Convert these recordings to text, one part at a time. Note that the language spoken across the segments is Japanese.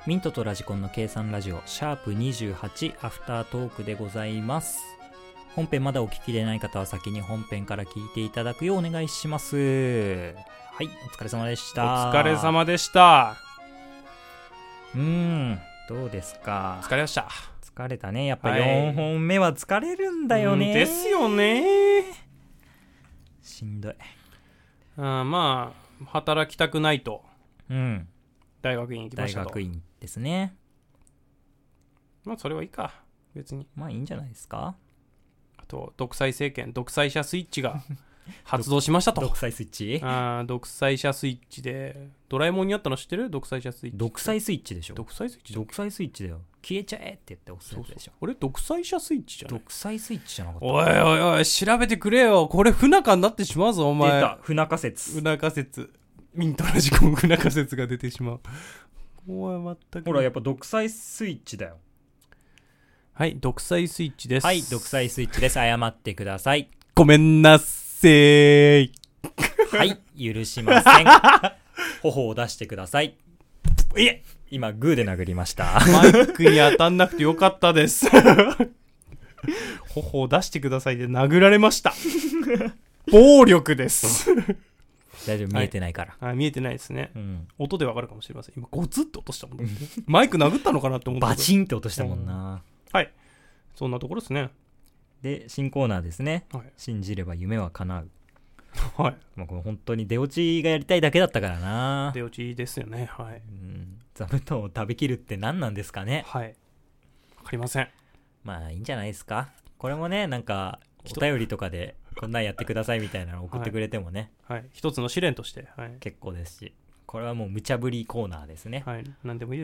ミントとラジコンの計算ラジオシャープ28アフタートークでございます。本編まだお聞きでない方は先に本編から聞いていただくようお願いします。はい、お疲れ様でした。 お疲れ様でした。 どうですか。 疲れました。 疲れたね。やっぱ4本目は疲れるんだよね、 ですよね。 しんどい。 まあ働きたくないと大学院行きましたと。 大学院ですね。 まあそれはいいか、別に。 まあいいんじゃないですか。 あと独裁政権、独裁者スイッチが発動しましたと。 独裁スイッチ。 独裁者スイッチでドラえもんにあったの知ってる？独裁者スイッチ。 独裁スイッチでしょ。 独裁スイッチ。 独裁スイッチだよ。消えちゃえって言って押すやつでしょ。 あれ独裁者スイッチじゃない？ 独裁スイッチじゃなかった。 おいおいおい、調べてくれよ。これ不仲になってしまうぞお前。 出た、不仲説。 不仲説。ミントラジコン不仲説が出てしまう。おい、全く。 ほら、やっぱ独裁スイッチだよ。 はい、独裁スイッチです。 はい、独裁スイッチです。謝ってください。 ごめんなせー。 はい、許しません。頬を出してください。いえ、今グーで殴りました。 マイクに当たんなくてよかったです。頬を出してくださいで殴られました。暴力です。 大丈夫、見えてないから。 見えてないですね。音でわかるかもしれません。今ゴツッと落としたもん。マイク殴ったのかなって思った。 バチンって落としたもんな。 はい、そんなところですね。 で、新コーナーですね。 はい、 信じれば夢は叶う。 はい。 まあ、これ本当に出落ちがやりたいだけだったからな。 出落ちですよね。はい。 座布団を食べきるって何なんですかね。 はい。わかりません。 まあいいんじゃないですか。これもね、なんかお便りとかでこんなんやってくださいみたいなの送ってくれてもね、 はい、一つの試練として、はい、 結構ですし、これはもう無茶ぶりコーナーですね。 はい、何でもいいです。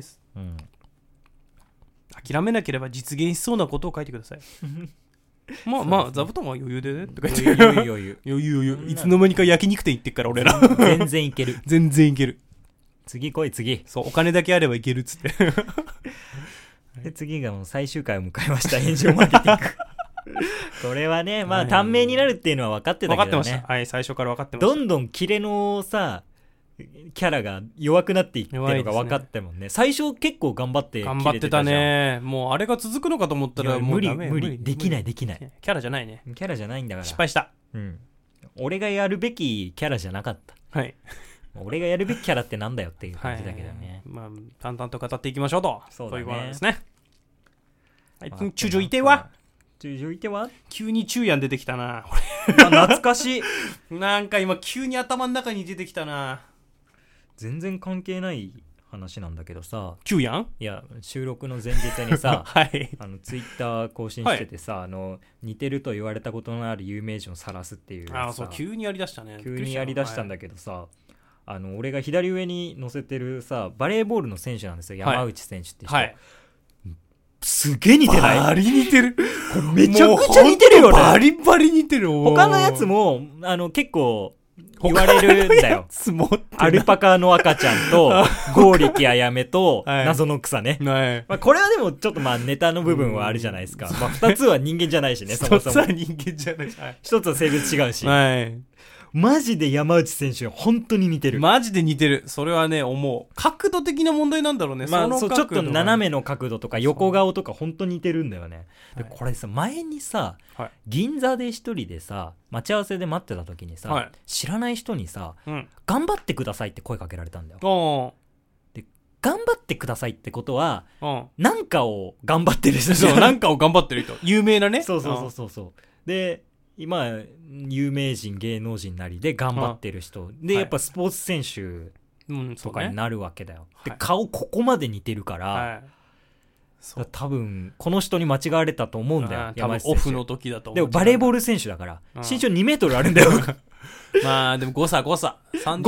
諦めなければ実現しそうなことを書いてください。まあまあ、座布団は余裕でねとか言って。余裕。いつの間にか焼肉店行ってっから俺ら。 全然いける。 全然いける。 次来い次。 そう、お金だけあればいけるっつって。 で、次がもう最終回を迎えました。炎上マーケティング。これはね、まあ短命になるっていうのは分かってたけどね。 分かってました。はい、最初から分かってました。 どんどんキレのさ、キャラが弱くなっていってるのが分かったもんね。最初結構頑張って頑張ってたね。もうあれが続くのかと思ったらもうダメ。 無理できない。キャラじゃないね。 キャラじゃないんだから失敗した。 俺がやるべきキャラじゃなかった。 はい。 俺がやるべきキャラってなんだよっていう感じだけどね。 まあ淡々と語っていきましょうと。 そういうことですね。はい、中条いては急に中やん出てきたな。 懐かしい。 なんか今急に頭の中に出てきたな。 全然関係ない話なんだけどさ。 中やん？ いや、収録の前日にさ、 はい、 ツイッター更新しててさ、似てると言われたことのある有名人を晒すっていうさ。 そう、急にやりだしたね。 急にやりだしたんだけどさ、俺が左上に載せてるさ、バレーボールの選手なんですよ、山内選手って人。すげえ似てない？ バリ似てる。 めちゃくちゃ似てるよね。 バリバリ似てる。 他のやつも結構言われるんだよ。アルパカの赤ちゃんと剛力あやめと謎の草ね。まあこれはでもちょっとまあネタの部分はあるじゃないですか。まあ2つは人間じゃないしね。そもそも 1つは人間じゃないし、 1つは性別違うし。 はいマジで山内選手本当に似てる。 マジで似てる。それはね、思う。角度的な問題なんだろうね。 まあそう、ちょっと斜めの角度とか横顔とか本当に似てるんだよね。でこれさ、前にさ、銀座で一人でさ、待ち合わせで待ってた時にさ、知らない人にさ、頑張ってくださいって声かけられたんだよ。で頑張ってくださいってことは、なんかを頑張ってる人じゃん。 そう、なんかを頑張ってる人。有名なね。 そう。で今有名人芸能人なりで頑張ってる人で、やっぱスポーツ選手とかになるわけだよ。で顔ここまで似てるから、多分この人に間違われたと思うんだよ。 多分オフの時だと思う。 でもバレーボール選手だから身長2メートルあるんだよ。 まあでも誤差誤差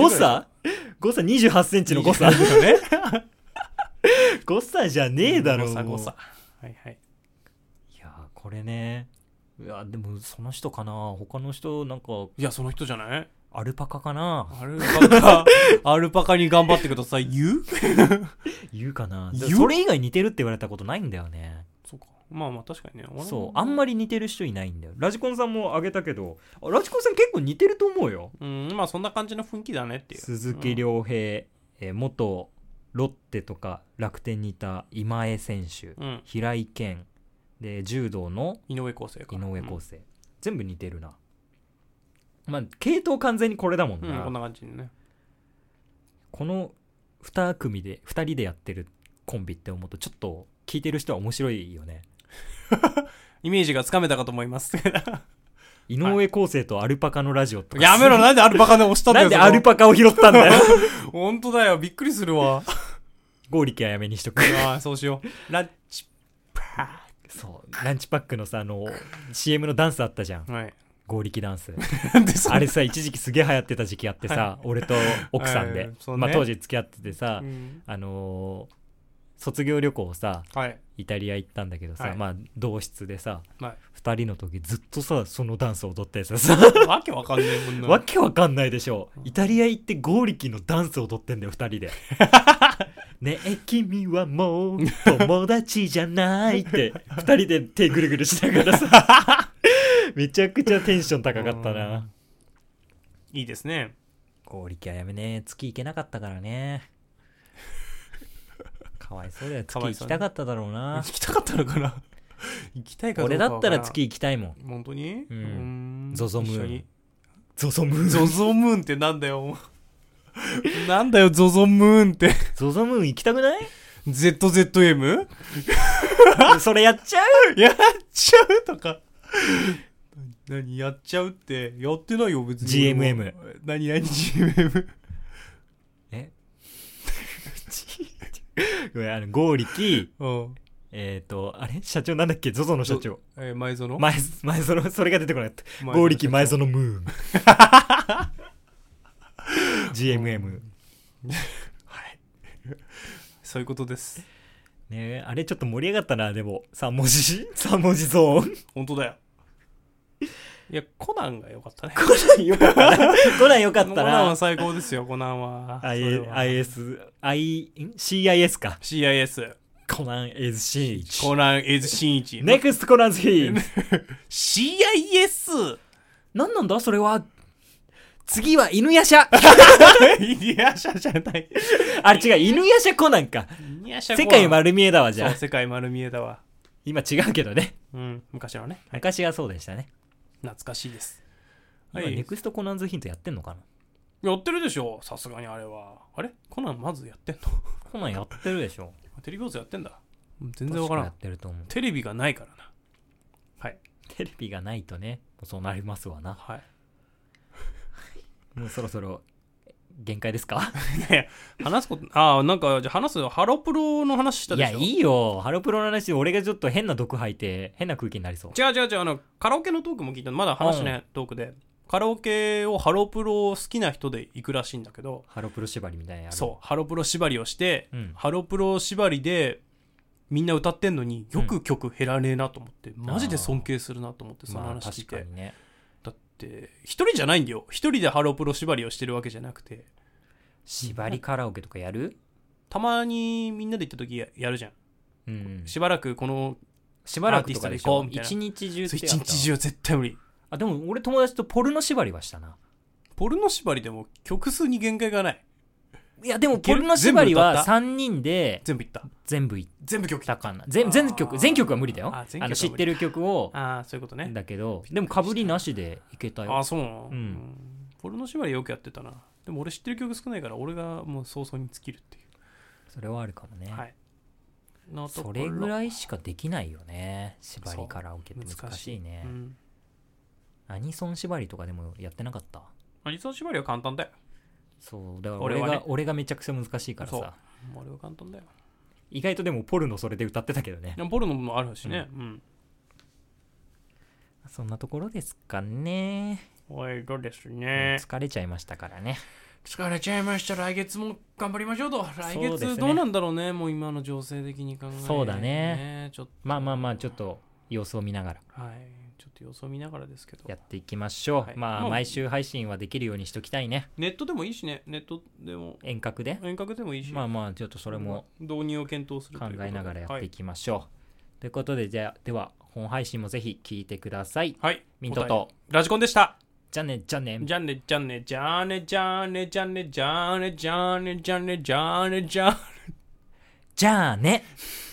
28センチの誤差誤差じゃねえだろ。 誤差。はいはい。 いやこれね。いやでもその人かな。他の人なんか、 いやその人じゃない？ アルパカかな。 アルパカに頑張ってください言うかな。それ以外似てるって言われたことないんだよね。 そうか。まあまあ確かにね。 そうあんまり似てる人いないんだよ。ラジコンさんもあげたけど、ラジコンさん結構似てると思うよ。 まあそんな感じの雰囲気だねっていう。 鈴木亮平、元ロッテとか楽天にいた今江選手、平井堅で柔道の井上康生か、 全部似てるな。まあ系統完全にこれだもんな、 こんな感じにね。 この2人でやってるコンビって思うとちょっと聞いてる人は面白いよね。 イメージがつかめたかと思います井上康生とアルパカのラジオとか、 やめろ、なんでアルパカで押したんだよ。 なんでアルパカを拾ったんだよ本当だよ、びっくりするわ。 剛力はやめにしとく。 ああ、そうしよう。ランチパック。 そう、ランチパックのさ、CM のダンスあったじゃん。 はい。 剛力ダンス。 であれさ、一時期すげえ流行ってた時期あってさ、俺と奥さんで、まあ当時付き合っててさ、卒業旅行をさ、イタリア行ったんだけどさ、まあ同室でさ、2人の時ずっとさ、そのダンスを踊ったやつでさ、 わけわかんないもんな。 わけわかんないでしょ。イタリア行って剛力のダンスを踊ってんだよ、2人で。ねえ君はもう友達じゃないって2人で手ぐるぐるしながらさめちゃくちゃテンション高かったな。 いいですね。 剛力はやめね、月行けなかったからね。かわいそうだよ。月行きたかっただろうな。 行きたかったのかな。行きたいかどうか。 俺だったら月行きたいもん。 本当に？ ゾゾムーン。 ゾゾムーンってなんだよ。なんだよゾゾムーンって。 ゾゾムーン行きたくない？ ZZM？ それやっちゃう？ やっちゃうとか。何やっちゃうって、やってないよ別に。 GMM。 何 GMM？ 剛力、あれ社長なんだっけ、ゾゾの社長。 前園？ 前園、それが出てこなかった。剛力前園ムーン。GMM。 はい。そういうことです。 ねえ、あれちょっと盛り上がったな、でも。3文字ゾーン。 本当だよ。いや、コナンが良かったね。 コナン良かったな。コナンは最高ですよ、コナンは。 CIS か。 CIS。 コナン is 新一。 コナン is 新一。 NEXT コナンズヒー。 CIS。 何なんだそれは。次は犬夜叉。 犬夜叉じゃない。 あれ違う、犬夜叉コナンか。世界丸見えだわ、じゃあ。 そう、世界丸見えだわ。 今違うけどね。 昔のね。 昔はそうでしたね。 懐かしいです。 ネクストコナンズヒントやってんのかな？やってるでしょ、さすがにあれは。あれコナンまずやってんの？ コナンやってるでしょ。 テレビ放送やってんだ。全然わからん。 やってると思う。 テレビがないからな。はい。 テレビがないとね、そうなりますわな。 はい。 もうそろそろ限界ですか？ いや話すことなんかじゃあ話すハロプロの話したでしょ。 いやいいよ、ハロプロの話。俺がちょっと変な毒吐いて変な空気になりそう。 違うカラオケのトークも聞いた。まだ話ね、トークでカラオケをハロプロ好きな人で行くらしいんだけど、 ハロプロ縛りみたいなやつ。 そう、ハロプロ縛りをして、ハロプロ縛りでみんな歌ってんのによく曲減らねえなと思って、マジで尊敬するなと思って、その話聞いて、 確かにね。 だって一人じゃないんだよ。一人でハロプロ縛りをしてるわけじゃなくて、 縛りカラオケとかやる？ たまにみんなで行った時 やるじゃん、しばらくこのしばらくとかでしょ。一日中ってやった。 一日中は絶対無理。 でも俺友達とポルノ縛りはしたな。 ポルノ縛りでも曲数に限界がない。 いやでもポルノ縛りは3人で全部いった。 全部曲だかな。全曲は無理だよ。知ってる曲を。 そういうことね。 だけどでも被りなしでいけたよ。 そうなの。ポルノ縛りよくやってたな。でも俺知ってる曲少ないから俺がもう早々に尽きるっていう。 それはあるかもね。 はい。 それぐらいしかできないよね。縛りカラオケって難しいね。アニソン縛りとかでもやってなかった？ アニソン縛りは簡単だよ。 そうだから俺がめちゃくちゃ難しいからさ。 俺は簡単だよ。 意外とでもポルノそれで歌ってたけどね。 ポルノもあるしね。 そんなところですかね。 どうですね。 疲れちゃいましたからね。 疲れちゃいました。来月も頑張りましょうと。来月どうなんだろうね。もう今の情勢的に考えて。 そうだね。まあちょっと様子を見ながら。 はい。ちょっと様子を見ながらですけど。 やっていきましょう。毎週配信はできるようにしときたいね。 ネットでもいいしね。ネットでも。 遠隔でもいいし。 ちょっとそれも導入を検討する考えながらやっていきましょう。ということででは本配信もぜひ聞いてください。 はい。 ミントとラジコンでした。 じゃあねじゃあねじゃあねじゃあねじゃあねじゃあねじゃあねじゃあねじゃあねじゃあねじゃあねじゃあねじゃあね